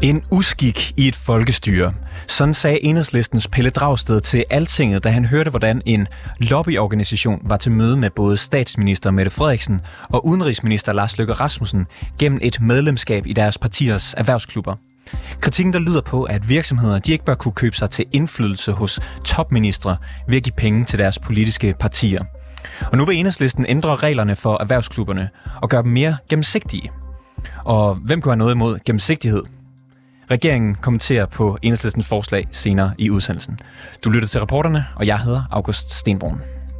En uskik i et folkestyre. Sådan sagde Enhedslistens Pelle Dragsted til Altinget, da han hørte, hvordan en lobbyorganisation var til møde med både statsminister Mette Frederiksen og udenrigsminister Lars Løkke Rasmussen gennem et medlemskab i deres partiers erhvervsklubber. Kritikken der lyder på, at virksomheder de ikke bør kunne købe sig til indflydelse hos topministre ved at give penge til deres politiske partier. Og nu vil Enhedslisten ændre reglerne for erhvervsklubberne og gøre dem mere gennemsigtige. Og hvem kunne have noget imod gennemsigtighed? Regeringen kommenterer på Enhedslistens forslag senere i udsendelsen. Du lytter til Reporterne, og jeg hedder August Stenbrun.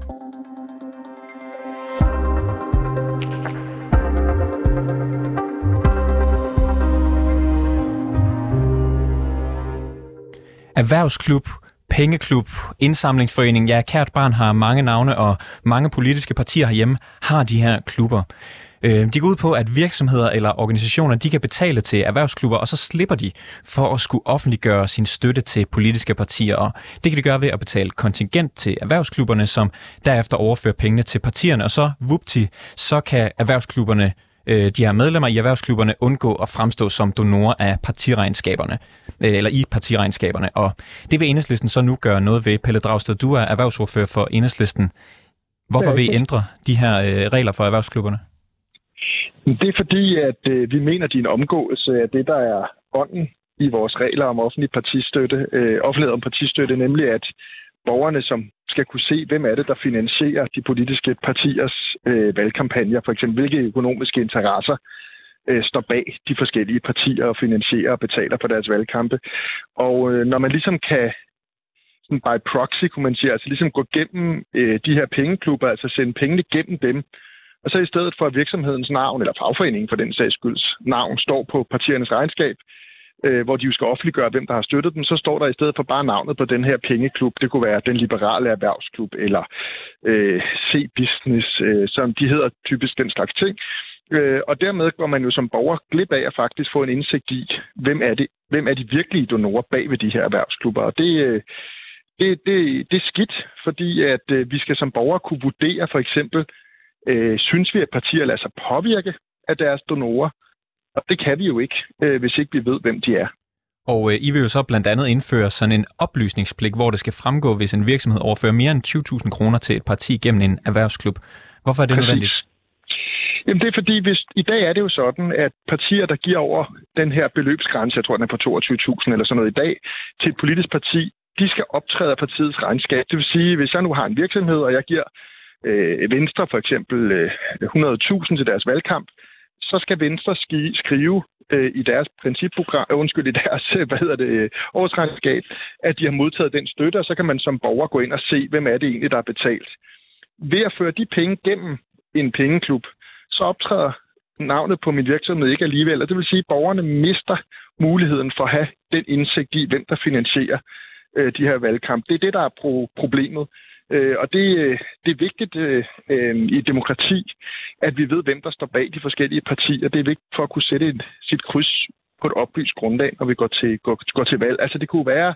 Erhvervsklub, pengeklub, indsamlingsforening, ja, kært barn har mange navne, og mange politiske partier herhjemme har de her klubber. De går ud på, at virksomheder eller organisationer, de kan betale til erhvervsklubber, og så slipper de for at skulle offentliggøre sin støtte til politiske partier. Og det kan de gøre ved at betale kontingent til erhvervsklubberne, som derefter overfører pengene til partierne. Og så, vupti, så kan erhvervsklubberne, de her medlemmer i erhvervsklubberne, undgå at fremstå som donorer af partiregnskaberne, eller i partiregnskaberne. Og det vil Enhedslisten så nu gøre noget ved. Pelle Dragsted, du er erhvervsordfører for Enhedslisten. Hvorfor vil I ændre de her regler for erhvervsklubberne? Det er fordi, at vi mener, at de er en omgåelse af det, der er ånden i vores regler om offentlighed om partistøtte, nemlig at borgerne, som skal kunne se, hvem er det, der finansierer de politiske partiers valgkampagner, for eksempel hvilke økonomiske interesser står bag de forskellige partier og finansierer og betaler for deres valgkampe. Og når man ligesom kan by proxy, kunne man sige, altså ligesom gå gennem de her pengeklubber, altså sende pengene gennem dem, og så i stedet for, at virksomhedens navn, eller fagforeningen for den sags skylds navn, står på partiernes regnskab, hvor de jo skal offentliggøre, hvem der har støttet dem, så står der i stedet for bare navnet på den her pengeklub. Det kunne være den liberale erhvervsklub, eller C-Business, som de hedder typisk den slags ting. Og dermed går man jo som borger glip af at faktisk få en indsigt i, hvem er de virkelige donorer bag ved de her erhvervsklubber. Og det er skidt, fordi at vi skal som borger kunne vurdere for eksempel, synes vi, at partier lader sig påvirke af deres donorer? Og det kan vi jo ikke, hvis ikke vi ved, hvem de er. Og I vil jo så blandt andet indføre sådan en oplysningspligt, hvor det skal fremgå, hvis en virksomhed overfører mere end 20.000 kroner til et parti gennem en erhvervsklub. Hvorfor er det nødvendigt? Jamen det er fordi, i dag er det jo sådan, at partier, der giver over den her beløbsgrænse, jeg tror den er på 22.000 eller sådan noget i dag, til et politisk parti, de skal optræde af partiets regnskab. Det vil sige, hvis jeg nu har en virksomhed, og jeg giver Venstre for eksempel 100.000 til deres valgkamp, så skal Venstre skrive i deres principprogram, i deres årsregnskab, at de har modtaget den støtte, og så kan man som borger gå ind og se, hvem er det egentlig, der er betalt. Ved at føre de penge gennem en pengeklub, så optræder navnet på min virksomhed ikke alligevel, og det vil sige, at borgerne mister muligheden for at have den indsigt i, hvem der finansierer de her valgkamp. Det er det, der er problemet. Og det er vigtigt i demokrati, at vi ved, hvem der står bag de forskellige partier. Det er vigtigt for at kunne sætte sit kryds på et oplyst grundlag, når vi går til valg. Altså det kunne være,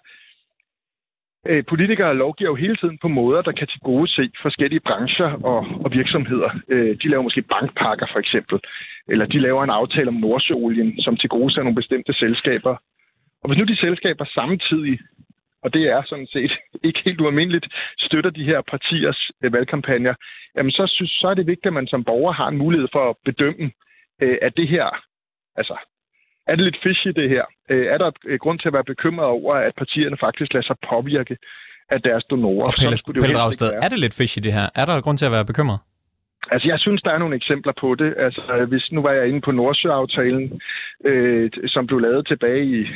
politikere lovgiver jo hele tiden på måder, der kan tilgodese forskellige brancher og virksomheder. De laver måske bankpakker for eksempel, eller de laver en aftale om Nordsøolien, som tilgodeser nogle bestemte selskaber. Og hvis nu de selskaber samtidig, og det er sådan set ikke helt ualmindeligt, støtter de her partiers valgkampagner, jamen så er det vigtigt, at man som borger har en mulighed for at bedømme, at det her, altså, er det lidt fishy det her? Er der et grund til at være bekymret over, at partierne faktisk lader sig påvirke af deres donorer? Og Pelle Dragsted, er det lidt fishy det her? Er der et grund til at være bekymret? Altså, jeg synes, der er nogle eksempler på det. Altså, hvis nu var jeg inde på Nordsøaftalen, som blev lavet tilbage i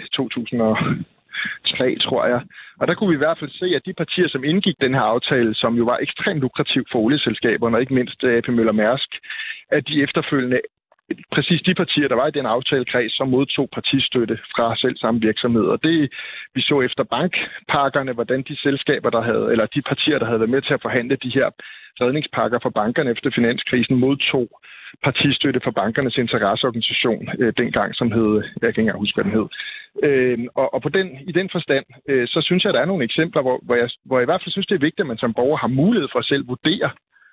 2003, tror jeg. Og der kunne vi i hvert fald se, at de partier, som indgik den her aftale, som jo var ekstremt lukrativ for olieselskaberne, og ikke mindst AP Møller Mærsk, at de efterfølgende, præcis de partier, der var i den aftalekreds, som modtog partistøtte fra selv samme virksomhed. Og det, vi så efter bankpakkerne, hvordan de selskaber, eller de partier, der havde været med til at forhandle de her redningspakker for bankerne efter finanskrisen, modtog partistøtte fra bankernes interesseorganisation, dengang, som hed, jeg kan ikke engang huske, hvad den hed. Og i den forstand, så synes jeg, at der er nogle eksempler, hvor jeg i hvert fald synes, det er vigtigt, at man som borger har mulighed for at selv vurdere,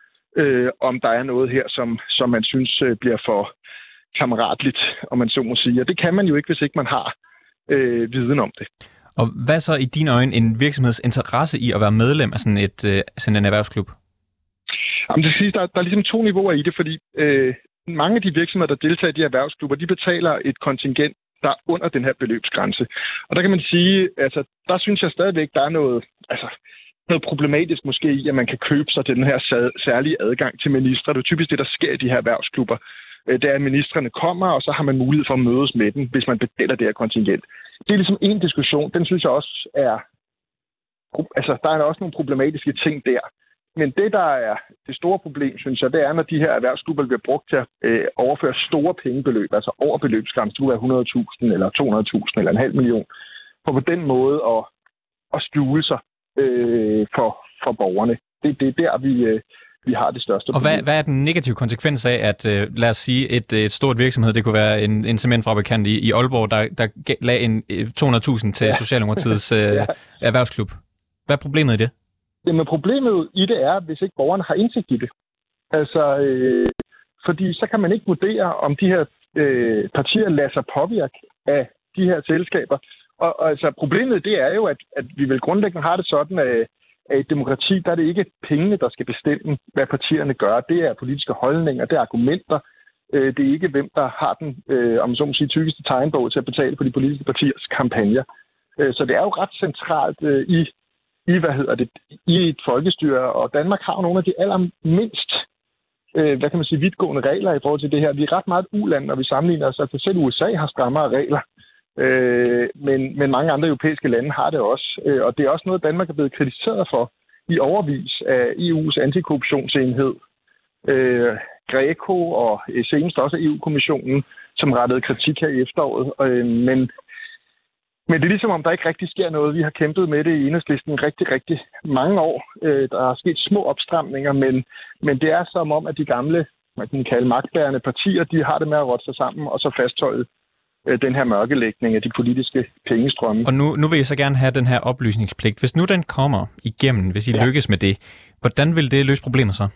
om der er noget her, som man synes bliver for kammeratligt, om man så må sige. Og det kan man jo ikke, hvis ikke man har viden om det. Og hvad så i dine øjne en virksomheds interesse i at være medlem af sådan en erhvervsklub? Jamen, det siger, der er ligesom 2 niveauer i det, fordi mange af de virksomheder, der deltager i de erhvervsklubber, de betaler et kontingent, der er under den her beløbsgrænse. Og der kan man sige, altså, der synes jeg stadigvæk, der er noget problematisk måske i, at man kan købe sig til den her særlige adgang til ministre. Det er typisk det, der sker i de her erhvervsklubber. Det er, at ministrene kommer, og så har man mulighed for at mødes med dem, hvis man betaler det her kontingent. Det er ligesom en diskussion. Den synes jeg også er... Altså, der er også nogle problematiske ting der. Men det, der er det store problem, synes jeg, det er, når de her erhvervsklubber bliver brugt til at overføre store pengebeløb, altså over beløbsgrænsen, det er 100.000 eller 200.000 eller 500.000, for på den måde at skjule sig for borgerne. Det er der, vi har det største problem. Og hvad er den negative konsekvens af, at lad os sige, et stort virksomhed, det kunne være en cementfabrikant i Aalborg, der lagde 200.000 til Socialdemokratiets erhvervsklub? Hvad er problemet i det? Jamen, problemet i det er, hvis ikke borgerne har indsigt i det. Altså, fordi så kan man ikke vurdere, om de her partier lader sig påvirke af de her selskaber. Og altså, problemet det er jo, at vi vel grundlæggende har det sådan, at et demokrati, der er det ikke pengene, der skal bestemme, hvad partierne gør. Det er politiske holdninger, det er argumenter. Det er ikke, hvem der har den, om så må sige, tykkeste tegnbog til at betale for de politiske partiers kampagner. Så det er jo ret centralt i et folkestyre, og Danmark har jo nogle af de allermindst vidtgående regler i forhold til det her. Vi er ret meget et uland, når vi sammenligner os. Altså selv USA har strammere regler, men mange andre europæiske lande har det også. Og det er også noget, Danmark er blevet kritiseret for i overvis af EU's antikorruptionsenhed, Greco og senest også EU-kommissionen, som rettede kritik her i efteråret. Men det er ligesom om, der ikke rigtig sker noget. Vi har kæmpet med det i Enhedslisten rigtig, rigtig mange år. Der er sket små opstramninger, men det er som om, at de gamle, man kan kalde magtbærende partier, de har det med at rotte sig sammen og så fastholde den her mørkelægning af de politiske pengestrømme. Og nu vil jeg så gerne have den her oplysningspligt. Hvis nu den kommer igennem, hvis I lykkes med det, hvordan vil det løse problemet så?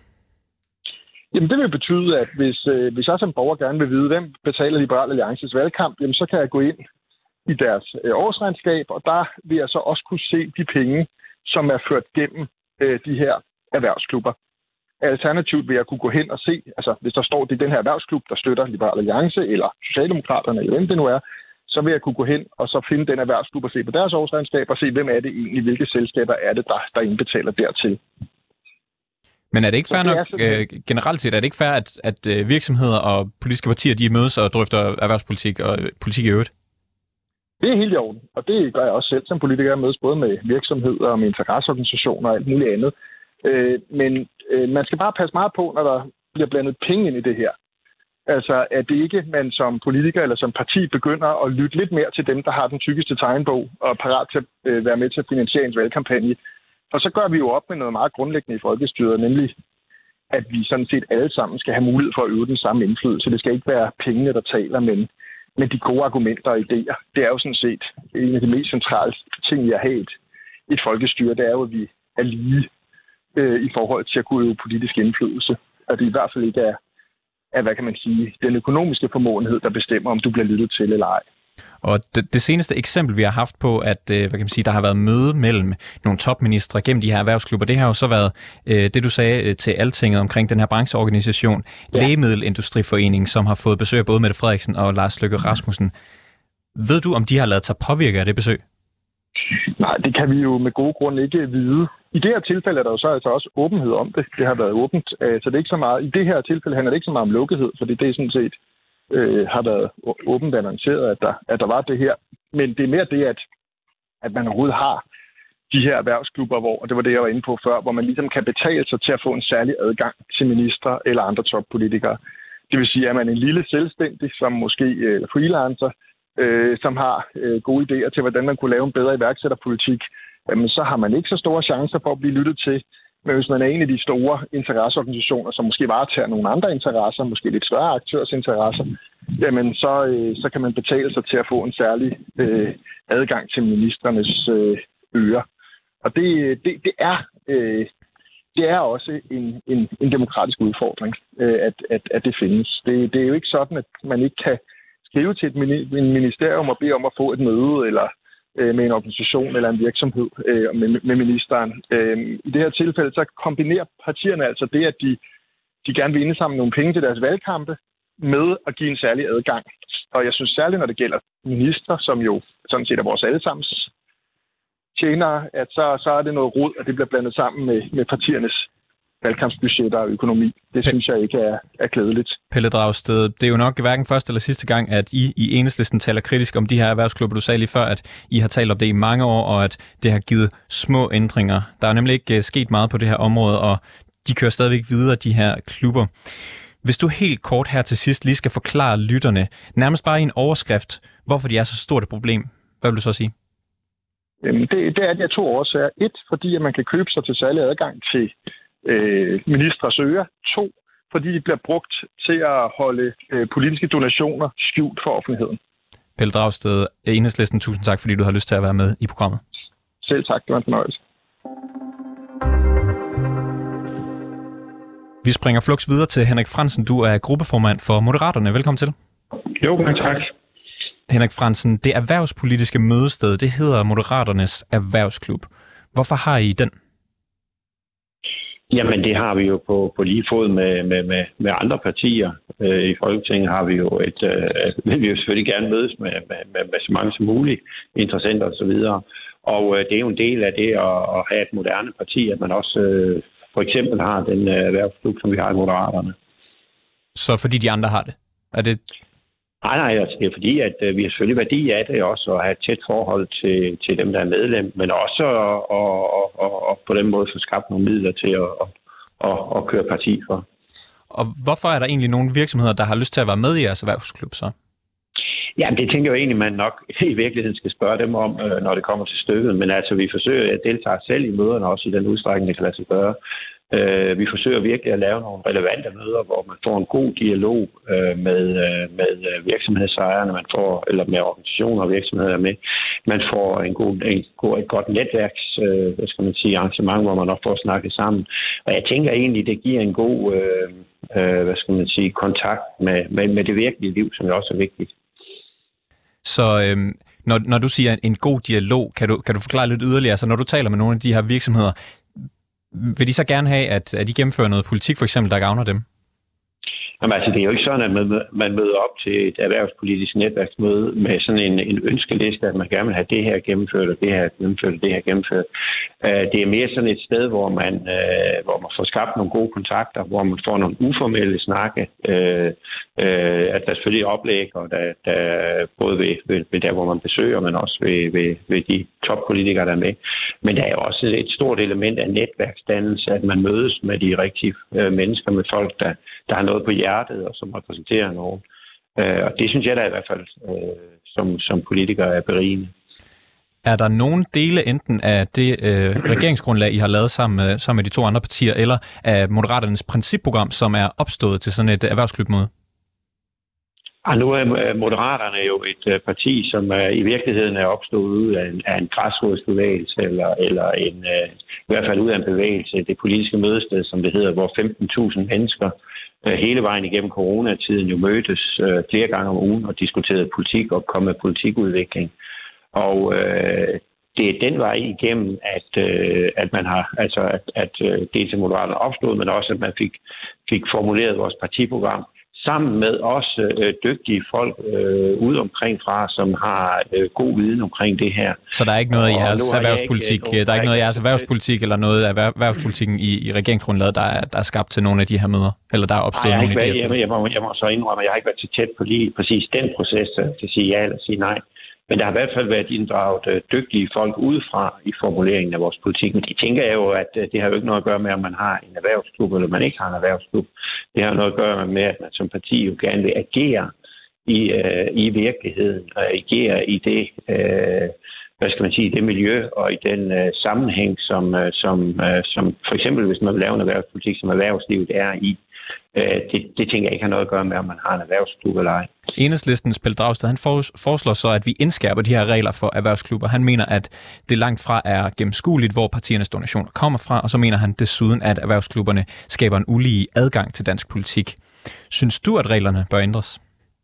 Jamen det vil betyde, at hvis jeg som borger gerne vil vide, hvem betaler Liberal Alliances valgkamp, jamen så kan jeg gå ind i deres årsregnskab, og der vil jeg så også kunne se de penge, som er ført gennem de her erhvervsklubber. Alternativt vil jeg kunne gå hen og se, altså hvis der står, det er den her erhvervsklub, der støtter Liberal Alliance, eller Socialdemokraterne, eller hvem det nu er, så vil jeg kunne gå hen og så finde den erhvervsklub og se på deres årsregnskab, og se, hvem er det egentlig, hvilke selskaber er det, der indbetaler dertil. Men er det ikke fair nok, generelt set, er det ikke fair, at virksomheder og politiske partier, de mødes og drøfter erhvervspolitik og politik i øvrigt? Det er helt i orden, og det gør jeg også selv som politiker. Jeg mødes både med virksomheder og med interesseorganisationer og alt muligt andet. Men man skal bare passe meget på, når der bliver blandet penge ind i det her. Altså, at det ikke man som politiker eller som parti begynder at lytte lidt mere til dem, der har den tykkeste tegnbog og er parat til at være med til at finansiere en valgkampagne. Og så gør vi jo op med noget meget grundlæggende i folkestyret, nemlig at vi sådan set alle sammen skal have mulighed for at øve den samme indflydelse. Det skal ikke være pengene, der taler, men de gode argumenter og idéer. Det er jo sådan set en af de mest centrale ting, jeg har et folkestyre. Det er jo, at vi er lige i forhold til at kunne øve politisk indflydelse. Og det i hvert fald ikke er, hvad kan man sige, den økonomiske formåenhed, der bestemmer, om du bliver lyttet til eller ej. Og det seneste eksempel, vi har haft på, at hvad kan man sige, der har været møde mellem nogle topministre gennem de her erhvervsklubber, det har jo så været det, du sagde til Altinget omkring den her brancheorganisation, Lægemiddelindustriforeningen, som har fået besøg af både Mette Frederiksen og Lars Løkke Rasmussen. Ved du, om de har ladet sig påvirke af det besøg? Nej, det kan vi jo med gode grunde ikke vide. I det her tilfælde er der jo så altså også åbenhed om det. Det har været åbent, så det er ikke så meget. I det her tilfælde handler det ikke så meget om lukkethed, fordi det er sådan set har været åbent annonceret, at der var det her. Men det er mere det, at man overhovedet har de her erhvervsklubber, og det var det, jeg var inde på før, hvor man ligesom kan betale sig til at få en særlig adgang til ministre eller andre toppolitikere. Det vil sige, at man er en lille selvstændig, som måske freelancer, som har gode idéer til, hvordan man kunne lave en bedre iværksætterpolitik, så har man ikke så store chancer for at blive lyttet til. Men hvis man er en af de store interesseorganisationer, som måske varetager nogle andre interesser, måske lidt større aktørers interesser, jamen så kan man betale sig til at få en særlig adgang til ministernes ører. Og det er også en demokratisk udfordring, at det findes. Det er jo ikke sådan, at man ikke skrive til en ministerium og bede om at få et møde eller med en organisation eller en virksomhed med ministeren. I det her tilfælde, så kombinerer partierne altså det, at de gerne vil indsamle nogle penge til deres valgkampe, med at give en særlig adgang. Og jeg synes særligt, når det gælder minister, som jo sådan set er vores allesammens tjenere, at så er det noget rod, at det bliver blandet sammen med partiernes valgkampsbudgetter og økonomi. Det synes jeg ikke er klædeligt. Pelle Dragsted, det er jo nok hverken første eller sidste gang, at I Enhedslisten taler kritisk om de her erhvervsklubber. Du sagde lige før, at I har talt om det i mange år, og at det har givet små ændringer. Der er nemlig ikke sket meget på det her område, og de kører stadigvæk videre, de her klubber. Hvis du helt kort her til sidst lige skal forklare lytterne, nærmest bare i en overskrift, hvorfor de er så stort et problem, hvad vil du så sige? Det er de 2 årsager. 1, fordi at man kan købe sig til særlig adgang til ministres ører. 2, fordi de bliver brugt til at holde politiske donationer skjult for offentligheden. Pelle Dragsted, Enhedslisten, tusind tak, fordi du har lyst til at være med i programmet. Selv tak, det var en fornøjelse. Vi springer fluks videre til Henrik Frandsen. Du er gruppeformand for Moderaterne. Velkommen til. Jo, tak. Henrik Frandsen, det erhvervspolitiske mødested, det hedder Moderaternes Erhvervsklub. Hvorfor har I den? Jamen, det har vi jo på lige fod med andre partier. I Folketinget har vi jo vil vi jo selvfølgelig gerne mødes med så mange som muligt, interessenter og så videre. Og det er jo en del af det at have et moderne parti, at man også for eksempel har den erhvervsklub, som vi har i Moderaterne. Så fordi de andre har det? Er det... Nej, altså det er fordi, at vi har selvfølgelig værdi af det også, at have et tæt forhold til dem, der er medlem, men også at på den måde få skabt nogle midler til at køre parti for. Og hvorfor er der egentlig nogle virksomheder, der har lyst til at være med i jeres erhvervsklub så? Ja, det tænker jeg egentlig, man nok i virkeligheden skal spørge dem om, når det kommer til stykket. Men altså, vi forsøger at deltage selv i møderne, også i den udstrækning, det kan lade sig gøre. Vi forsøger virkelig at lave nogle relevante møder, hvor man får en god dialog med virksomhedsejerne, man får, eller med organisationer og virksomheder med. Man får et godt netværks, arrangement, hvor man også får snakket sammen. Og jeg tænker egentlig, det giver en god kontakt med det virkelige liv, som også er vigtigt. Så når du siger en god dialog, kan du forklare lidt yderligere? Altså når du taler med nogle af de her virksomheder, vil de så gerne have, at de gennemfører noget politik, for eksempel, der gavner dem? Jamen, altså, det er jo ikke sådan, at man møder op til et erhvervspolitisk netværksmøde med sådan en ønskeliste, at man gerne vil have det her gennemført, og det her gennemført, og det her gennemført. Det er mere sådan et sted, hvor man får skabt nogle gode kontakter, hvor man får nogle uformelle snakke, at der selvfølgelig er oplæg, og der både ved der, hvor man besøger, men også ved de toppolitikere, der er med. Men der er også et stort element af netværksdannelse, at man mødes med de rigtige mennesker, med folk, der har noget på hjertet, og som repræsenterer nogen. Og det synes jeg da i hvert fald, som politiker er berigende. Er der nogle dele enten af det regeringsgrundlag, I har lavet sammen med de 2 andre partier, eller af Moderaternes principprogram, som er opstået til sådan et erhvervsklubmøde? Nu er Moderaterne jo et parti, som i virkeligheden er opstået ud af en græsrodsbevægelse, eller i hvert fald ud af en bevægelse, det politiske mødested, som det hedder, hvor 15.000 mennesker hele vejen igennem coronatiden jo mødtes flere gange om ugen og diskuterede politik og kom med politikudvikling. Og det er den vej igennem, at man har, altså at dels Moderaterne opstod, men også at man fik formuleret vores partiprogram sammen med også dygtige folk ude omkring fra, som har god viden omkring det her. Så der er ikke noget i jeres erhvervspolitik, der er ikke noget i jeres erhvervspolitik eller noget af erhvervspolitikken i regeringsgrundlaget, der er skabt til nogle af de her møder, eller der er opstået nogle idéer til? Jeg må så indrømme, at jeg har ikke været så tæt på lige præcis den proces til at sige ja eller sige nej. Men der har i hvert fald været inddraget dygtige folk udefra i formuleringen af vores politik. Men de tænker jo, at det har jo ikke noget at gøre med, om man har en erhvervsklub, eller man ikke har en erhvervsklub. Det har noget at gøre med, at man som parti jo gerne vil agere i virkeligheden, og agere i det, det miljø og i den sammenhæng, som for eksempel, hvis man vil lave en erhvervspolitik, som erhvervslivet er i. Det tænker jeg ikke har noget at gøre med, om man har en erhvervsklub eller ej. Enhedslistens Pelle Dragsted, han foreslår så, at vi indskærper de her regler for erhvervsklubber. Han mener, at det langt fra er gennemskueligt, hvor partiernes donationer kommer fra, og så mener han desuden, at erhvervsklubberne skaber en ulige adgang til dansk politik. Synes du, at reglerne bør ændres?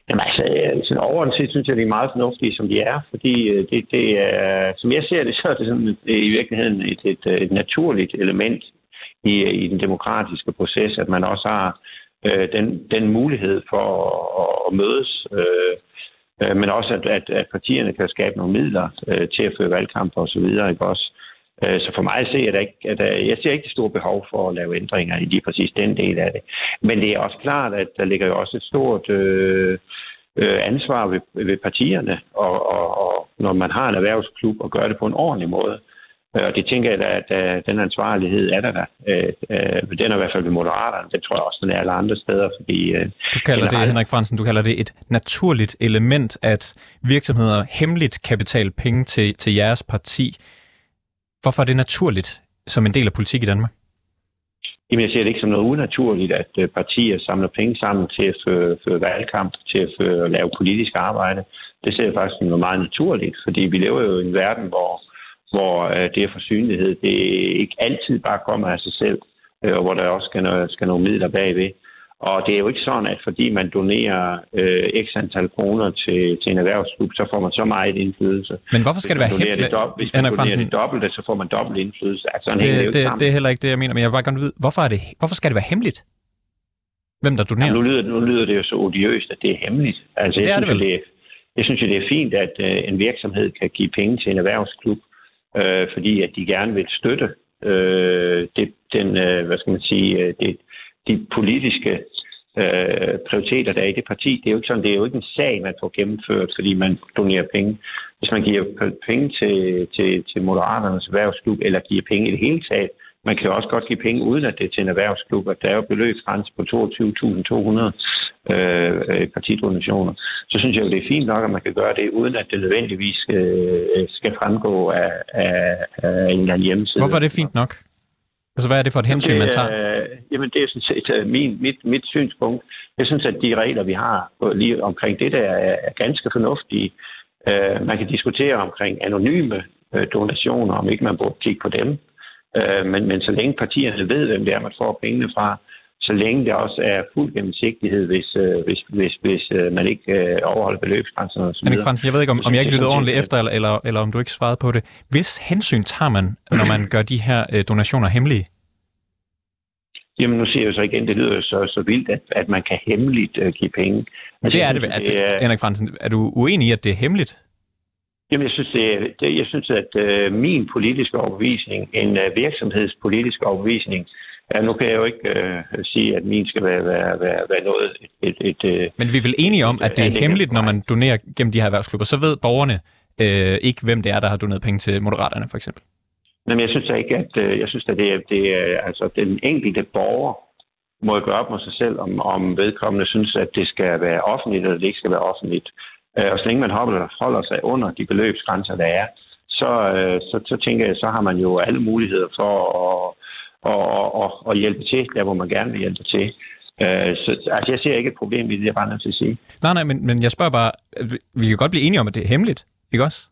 Jamen altså, overordnet set synes jeg, det er meget fornuftige, som de er, fordi det er, som jeg ser det, så er det sådan i virkeligheden et naturligt element i den demokratiske proces, at man også har den mulighed for at mødes, men også at partierne kan skabe nogle midler til at føre valgkamp og så videre, ikke også? Så for mig at se, jeg ser ikke det store behov for at lave ændringer i lige præcis den del af det. Men det er også klart, at der ligger jo også et stort ansvar ved partierne, og når man har en erhvervsklub og gør det på en ordentlig måde. Og det tænker jeg, at den ansvarlighed er der. Den er i hvert fald ved Moderaterne. Det tror jeg også, den er alle andre steder. Fordi, du kalder det, Henrik Frandsen, du kalder det et naturligt element, at virksomheder hemmeligt kan betale penge til jeres parti. Hvorfor er det naturligt som en del af politik i Danmark? Jamen, jeg ser det ikke som noget unaturligt, at partier samler penge sammen til at føre valgkamp, til at lave politisk arbejde. Det ser jeg faktisk som noget meget naturligt, fordi vi lever jo i en verden, hvor det er for synlighed. Det ikke altid bare kommer af sig selv, og hvor der også skal nogle midler bagved. Og det er jo ikke sådan, at fordi man donerer x antal kroner til en erhvervsklub, så får man så meget indflydelse. Men hvorfor skal det være hemmeligt? Hvis man donerer det dobbelte, så får man dobbelt indflydelse. Altså, det er heller ikke det, jeg mener. Men jeg vil bare gerne vide, hvorfor skal det være hemmeligt? Hvem der donerer? Ja, nu lyder det jo så odiøst, at det er hemmeligt. Altså, jeg synes jo, det er fint, at en virksomhed kan give penge til en erhvervsklub, fordi at de gerne vil støtte de politiske prioriteter, der er i det parti. Det er jo ikke sådan, det er jo ikke en sag, man får gennemført, fordi man donerer penge. Hvis man giver penge til Moderaternes erhvervsklub, eller giver penge i det hele taget, man kan jo også godt give penge, uden at det er til en erhvervsklub, og der er jo beløbsgrænse på 22.200 partidonationer. Så synes jeg jo, det er fint nok, at man kan gøre det, uden at det nødvendigvis skal fremgå af en eller anden hjemmeside. Hvorfor er det fint nok? Altså, hvad er det for et hensyn, man tager? Jamen, det er sådan set mit synspunkt. Jeg synes, at de regler, vi har lige omkring det, der er ganske fornuftige. Man kan diskutere omkring anonyme donationer, om ikke man burde kigge på dem. Men så længe partierne ved, hvem det er, man får pengene fra, så længe det også er fuld gennemsigtighed, hvis man ikke overholder beløbsgrænserne og så videre. Henrik Frandsen, jeg ved ikke, om jeg ikke lyttede ordentligt efter, eller om du ikke svarede på det. Hvis hensyn tager man, når man gør de her donationer hemmelige? Jamen, nu siger jeg så igen, det lyder jo så vildt, at man kan hemmeligt give penge. Men det er det. Henrik Frandsen, er du uenig i, at det er hemmeligt? Jamen, jeg synes, at min politiske overbevisning, en virksomhedspolitisk overbevisning, nu kan jeg jo ikke sige, at min skal være noget... Men vi er vel enige om, at det er hemmeligt, når man donerer gennem de her erhvervsklubber. Så ved borgerne ikke, hvem det er, der har doneret penge til Moderaterne, for eksempel. Men jeg synes ikke, at det er altså den enkelte borger må gøre op med sig selv, om vedkommende synes, at det skal være offentligt, eller det ikke skal være offentligt. Og så længe man holder sig under de beløbsgrænser, der er, så tænker jeg, så har man jo alle muligheder for at hjælpe til, der hvor man gerne vil hjælpe til. Så jeg ser ikke et problem i det, jeg bare nødt til at sige. Nej, men jeg spørger bare, vi kan godt blive enige om, at det er hemmeligt, ikke også?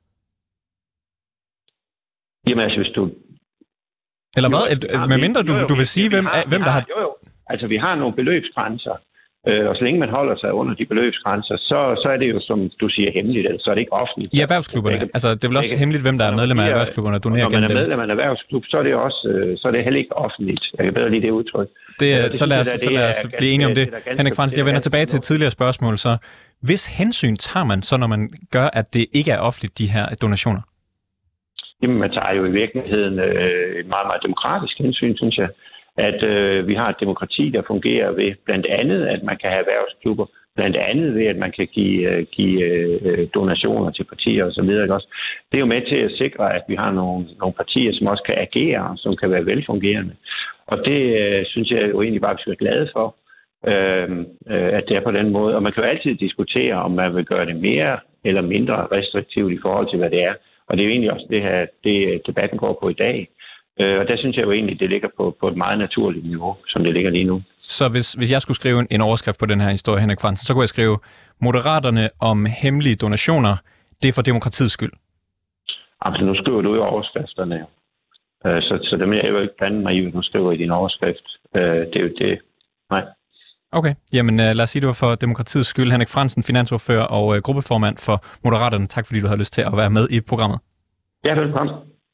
Jamen altså, hvis du... Eller hvad? Med mindre du vil sige, hvem der har... Jo. Altså, vi har nogle beløbsgrænser, og så længe man holder sig under de beløbsgrænser, så er det jo, som du siger, hemmeligt, eller så er det ikke offentligt. I erhvervsklubberne? Altså, det er vel også hemmeligt, hvem der er medlem af erhvervskluberne og donerer gennem dem? Når man er medlem af en erhvervsklub, så er det også så er det heller ikke offentligt. Jeg kan bedre lide det udtryk. Så lad os blive enige om det. Henrik Frandsen, jeg vender tilbage til et tidligere spørgsmål. Så hvis hensyn tager man så, når man gør, at det ikke er offentligt, de her donationer? Jamen, man tager jo i virkeligheden et meget, meget demokratisk hensyn, synes jeg. At vi har et demokrati, der fungerer ved blandt andet, at man kan have erhvervsklubber, blandt andet ved, at man kan give donationer til partier og så videre. Også. Det er jo med til at sikre, at vi har nogle partier, som også kan agere, som kan være velfungerende. Og det synes jeg jo egentlig bare, vi skal være glade for, at det er på den måde. Og man kan jo altid diskutere, om man vil gøre det mere eller mindre restriktivt i forhold til, hvad det er. Og det er jo egentlig også det debatten går på i dag. Og der synes jeg jo egentlig, det ligger på et meget naturligt niveau, som det ligger lige nu. Så hvis jeg skulle skrive en overskrift på den her historie, Henrik Frandsen, så kunne jeg skrive, Moderaterne om hemmelige donationer, det er for demokratiets skyld. Altså, nu skriver du jo overskrifterne. Så dem jeg jo ikke blande mig i, hvis du skriver i din overskrift. Det er jo det. Nej. Okay, jamen lad os sige, det var for demokratiets skyld. Henrik Frandsen, finansordfører og gruppeformand for Moderaterne. Tak fordi du havde lyst til at være med i programmet. Ja, velkommen.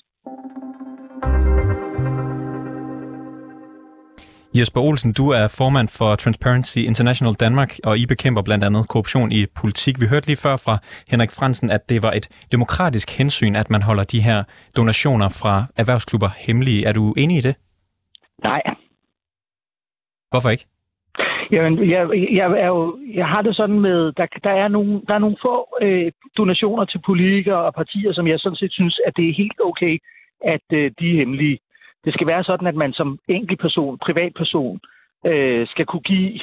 Jesper Olsen, du er formand for Transparency International Danmark, og I bekæmper blandt andet korruption i politik. Vi hørte lige før fra Henrik Frandsen, at det var et demokratisk hensyn, at man holder de her donationer fra erhvervsklubber hemmelige. Er du enig i det? Nej. Hvorfor ikke? Jamen, jeg har det sådan med, der er nogle få donationer til politikere og partier, som jeg sådan set synes, at det er helt okay, at de er hemmelige. Det skal være sådan, at man som enkeltperson, privatperson, skal kunne give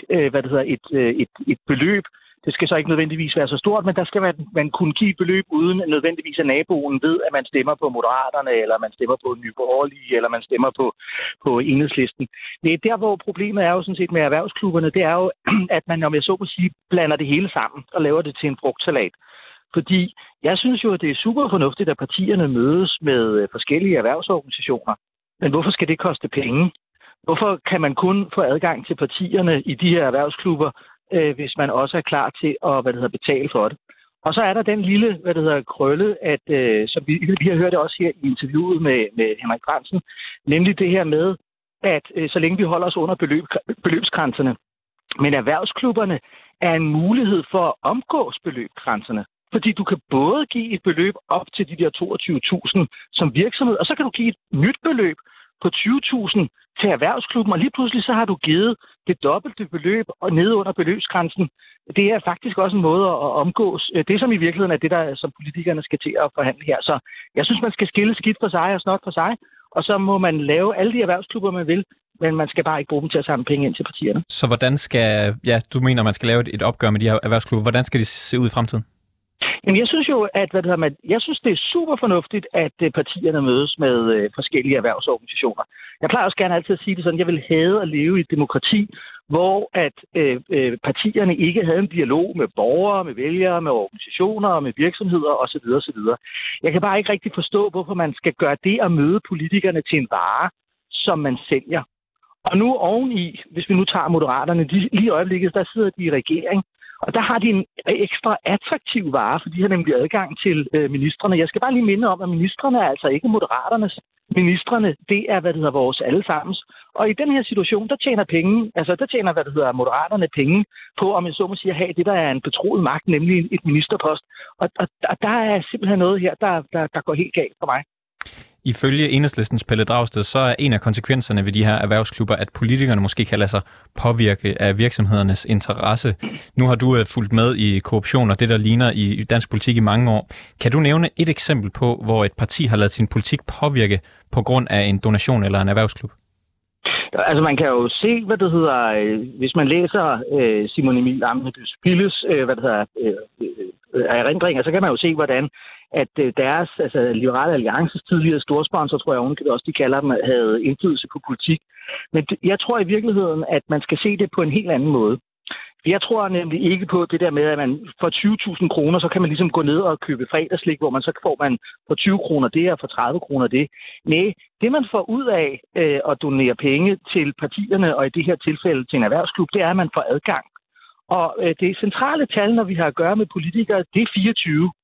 et beløb. Det skal så ikke nødvendigvis være så stort, men der skal man kunne give et beløb uden nødvendigvis at naboen ved, at man stemmer på Moderaterne, eller man stemmer på Nye Borgerlige, eller man stemmer på Enhedslisten. Det er der, hvor problemet er jo sådan set med erhvervsklubberne, det er jo, at man, om jeg så må sige, blander det hele sammen og laver det til en frugtsalat. Fordi jeg synes jo, at det er super fornuftigt, at partierne mødes med forskellige erhvervsorganisationer. Men hvorfor skal det koste penge? Hvorfor kan man kun få adgang til partierne i de her erhvervsklubber, hvis man også er klar til at betale for det? Og så er der den lille krølle, at som vi har hørt også her i interviewet med Henrik Frandsen, nemlig det her med, at så længe vi holder os under beløbsgrænserne, men erhvervsklubberne er en mulighed for at omgås beløbsgrænserne. Fordi du kan både give et beløb op til de der 22.000 som virksomhed, og så kan du give et nyt beløb på 20.000 til erhvervsklubben, og lige pludselig så har du givet det dobbelte beløb og nede under beløbsgrænsen. Det er faktisk også en måde at omgås. Det som i virkeligheden er det, der som politikerne skal til at forhandle her. Så jeg synes, man skal skille skidt for sig og snot for sig, og så må man lave alle de erhvervsklubber, man vil, men man skal bare ikke bruge dem til at samle penge ind til partierne. Så hvordan skal, du mener, man skal lave et opgør med de her erhvervsklubber. Hvordan skal de se ud i fremtiden? Jamen, jeg synes jo, at jeg synes, det er super fornuftigt, at partierne mødes med forskellige erhvervsorganisationer. Jeg plejer også gerne altid at sige det sådan, jeg vil hade at leve i et demokrati, hvor at partierne ikke havde en dialog med borgere, med vælgere, med organisationer, med virksomheder osv. osv. Jeg kan bare ikke rigtig forstå, hvorfor man skal gøre det at møde politikerne til en vare, som man sælger. Og nu oveni, hvis vi nu tager Moderaterne, lige i øjeblikket, der sidder de i regering, og der har de en ekstra attraktiv vare, for de har nemlig adgang til ministrene. Jeg skal bare lige minde om, at ministrene er altså ikke Moderaternes. Ministrene, det er, vores allesammens. Og i den her situation, der tjener Moderaterne penge på, om jeg så må sige, at have det, der er en betroet magt, nemlig et ministerpost. Og der er simpelthen noget her, der går helt galt for mig. Ifølge Enhedslistens Pelle Dragsted, så er en af konsekvenserne ved de her erhvervsklubber, at politikerne måske kan lade sig påvirke af virksomhedernes interesse. Nu har du fulgt med i korruption og det, der ligner i dansk politik i mange år. Kan du nævne et eksempel på, hvor et parti har ladet sin politik påvirke på grund af en donation eller en erhvervsklub? Altså, man kan jo se, hvis man læser Simon Emil Ammitzbøll-Billes, erindringer, så kan man jo se, hvordan at deres, Liberale Alliances tidligere storsponsor, tror jeg også, de kalder dem, havde indflydelse på politik. Men jeg tror i virkeligheden, at man skal se det på en helt anden måde. Jeg tror nemlig ikke på det der med, at man for 20.000 kroner, så kan man ligesom gå ned og købe fredagslik, hvor man så får man for 20 kroner det og for 30 kroner det. Nej, det man får ud af at donere penge til partierne, og i det her tilfælde til en erhvervsklub, det er, at man får adgang. Og det centrale tal, når vi har at gøre med politikere, det er 24.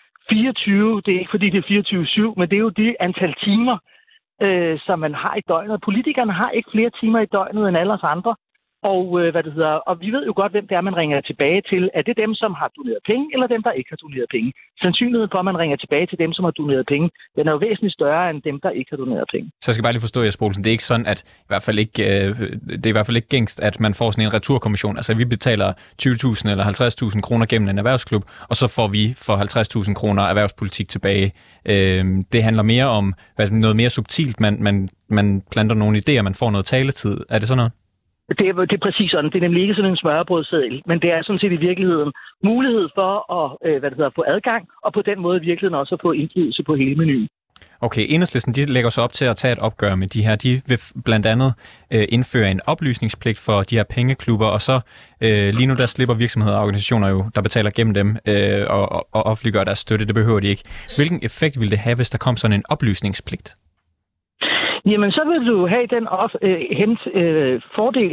24, det er ikke fordi det er 24/7, men det er jo det antal timer, som man har i døgnet. Politikerne har ikke flere timer i døgnet end alle os andre. Og og vi ved jo godt, hvem det er, man ringer tilbage til. Er det dem, som har doneret penge, eller dem, der ikke har doneret penge? Sandsynligheden for, at man ringer tilbage til dem, som har doneret penge, den er jo væsentligt større end dem, der ikke har doneret penge. Så jeg skal bare lige forstå, Jesper Olsen, det er ikke sådan, at det er i hvert fald ikke gængst, at man får sådan en returkommission. Altså, vi betaler 20.000 eller 50.000 kroner gennem en erhvervsklub, og så får vi for 50.000 kroner erhvervspolitik tilbage. Det handler mere om noget mere subtilt. Man planter nogle idéer, man får noget taletid. Er det sådan noget? Det er præcis sådan. Det er nemlig ikke sådan en smørrebrødseddel, men det er sådan set i virkeligheden mulighed for at få adgang, og på den måde i virkeligheden også at få indflydelse på hele menuen. Okay, Enhedslisten, de lægger så op til at tage et opgør med de her. De vil blandt andet indføre en oplysningspligt for de her pengeklubber, og så lige nu der slipper virksomheder og organisationer jo, der betaler gennem dem og offentliggør deres støtte. Det behøver de ikke. Hvilken effekt vil det have, hvis der kom sådan en oplysningspligt? Jamen, så vil du have den fordel,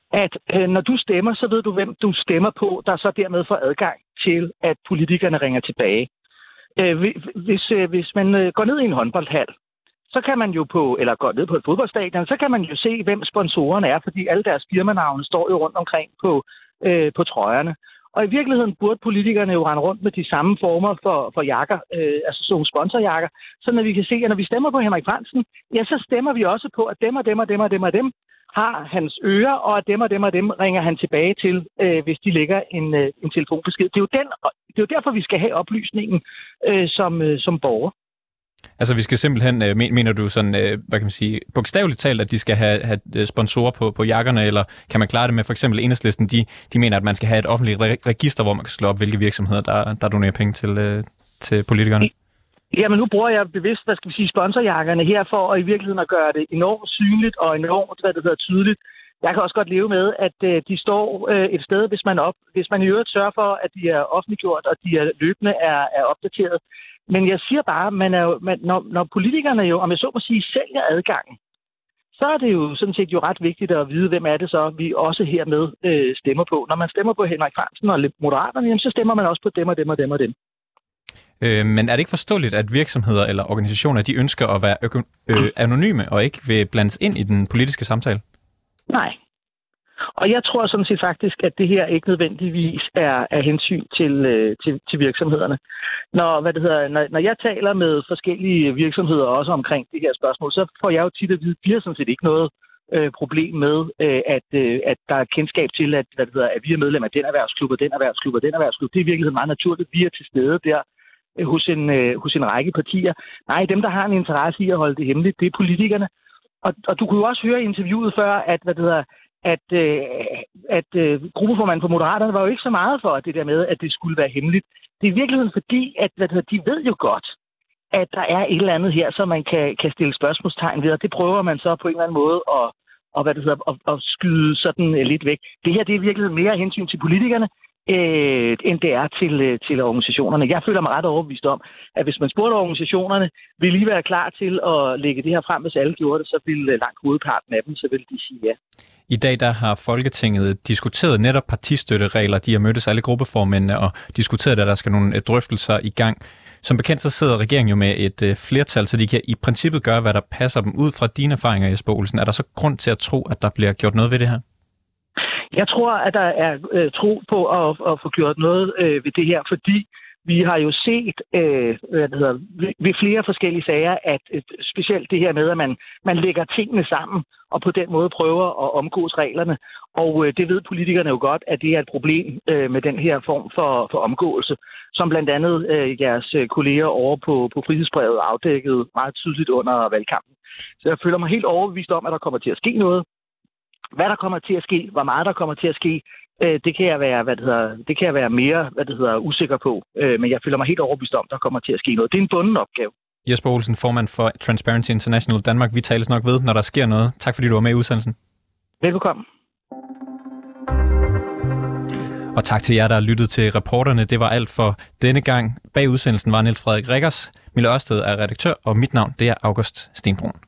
at når du stemmer, så ved du, hvem du stemmer på, der så dermed får adgang til, at politikerne ringer tilbage. Hvis man går ned i en håndboldhal, så kan man jo eller går ned på et fodboldstadion, så kan man jo se, hvem sponsorerne er, fordi alle deres firmanavne står jo rundt omkring på trøjerne. Og i virkeligheden burde politikerne jo rende rundt med de samme former for jakker, altså sådan sponsorjakker, så når vi kan se, at når vi stemmer på Henrik Frandsen, ja, så stemmer vi også på, at dem og dem har hans ører, og at dem og dem ringer han tilbage til, hvis de lægger en telefonbesked. Det er jo derfor, vi skal have oplysningen som borger. Altså vi skal simpelthen, mener du sådan, hvad kan man sige, bogstaveligt talt, at de skal have sponsorer på jakkerne, eller kan man klare det med for eksempel Enhedslisten, de mener, at man skal have et offentligt register, hvor man kan slå op, hvilke virksomheder, der donerer penge til politikerne? Jamen nu bruger jeg bevidst, sponsorjakkerne her for at i virkeligheden at gøre det enormt synligt og enormt, tydeligt. Jeg kan også godt leve med, at de står et sted, hvis man i øvrigt sørger for, at de er offentliggjort, og de er løbende er opdateret. Men jeg siger bare, når politikerne jo, om jeg så må sige, sælger adgangen, så er det jo sådan set ret vigtigt at vide, hvem er det så, vi også hermed stemmer på. Når man stemmer på Henrik Frandsen og Moderaterne, jamen, så stemmer man også på dem og dem og dem og dem. Men er det ikke forståeligt, at virksomheder eller organisationer, de ønsker at være anonyme og ikke vil blandes ind i den politiske samtale? Nej. Og jeg tror sådan set faktisk, at det her ikke nødvendigvis er hensyn til virksomhederne. Når jeg taler med forskellige virksomheder også omkring det her spørgsmål, så får jeg jo tit at vide, at vi har sådan set ikke noget problem med, at der er kendskab til, at vi er medlem af den erhvervsklub og den erhvervsklub og den erhvervsklub. Det er i virkeligheden meget naturligt, vi er til stede der hos en række partier. Nej, dem, der har en interesse i at holde det hemmeligt, det er politikerne. Og du kunne jo også høre i interviewet før, at gruppeformanden for Moderaterne var jo ikke så meget for det der med, at det skulle være hemmeligt. Det er i virkeligheden fordi, at de ved jo godt, at der er et eller andet her, som man kan stille spørgsmålstegn ved, og det prøver man så på en eller anden måde at skyde sådan lidt væk. Det her, det er i virkeligheden mere hensyn til politikerne, end det er til organisationerne. Jeg føler mig ret overbevist om, at hvis man spurgte organisationerne, vil I være klar til at lægge det her frem, hvis alle gjorde det, så ville langt hovedparten af dem, så vil de sige ja. I dag der har Folketinget diskuteret netop partistøtteregler. De har mødtes alle gruppeformændene og diskuteret, at der skal nogle drøftelser i gang. Som bekendt så sidder regeringen jo med et flertal, så de kan i princippet gøre, hvad der passer dem. Ud fra dine erfaringer, Jesper Olsen, er der så grund til at tro, at der bliver gjort noget ved det her? Jeg tror, at der er tro på at få gjort noget ved det her, fordi vi har jo set ved flere forskellige sager, at specielt det her med, at man lægger tingene sammen og på den måde prøver at omgås reglerne. Og det ved politikerne jo godt, at det er et problem med den her form for omgåelse, som blandt andet jeres kolleger over på Frihedsbrevet afdækkede meget tydeligt under valgkampen. Så jeg føler mig helt overbevist om, at der kommer til at ske noget. Hvad der kommer til at ske, hvor meget der kommer til at ske, det kan jeg være mere usikker på. Men jeg føler mig helt overbevist om, der kommer til at ske noget. Det er en bunden opgave. Jesper Olsen, formand for Transparency International Danmark. Vi tales nok ved, når der sker noget. Tak fordi du var med i udsendelsen. Velbekomme. Og tak til jer, der har lyttet til reporterne. Det var alt for denne gang. Bag udsendelsen var Niels Frederik Rikkers. Mille Ørsted er redaktør, og mit navn det er August Stenbrun.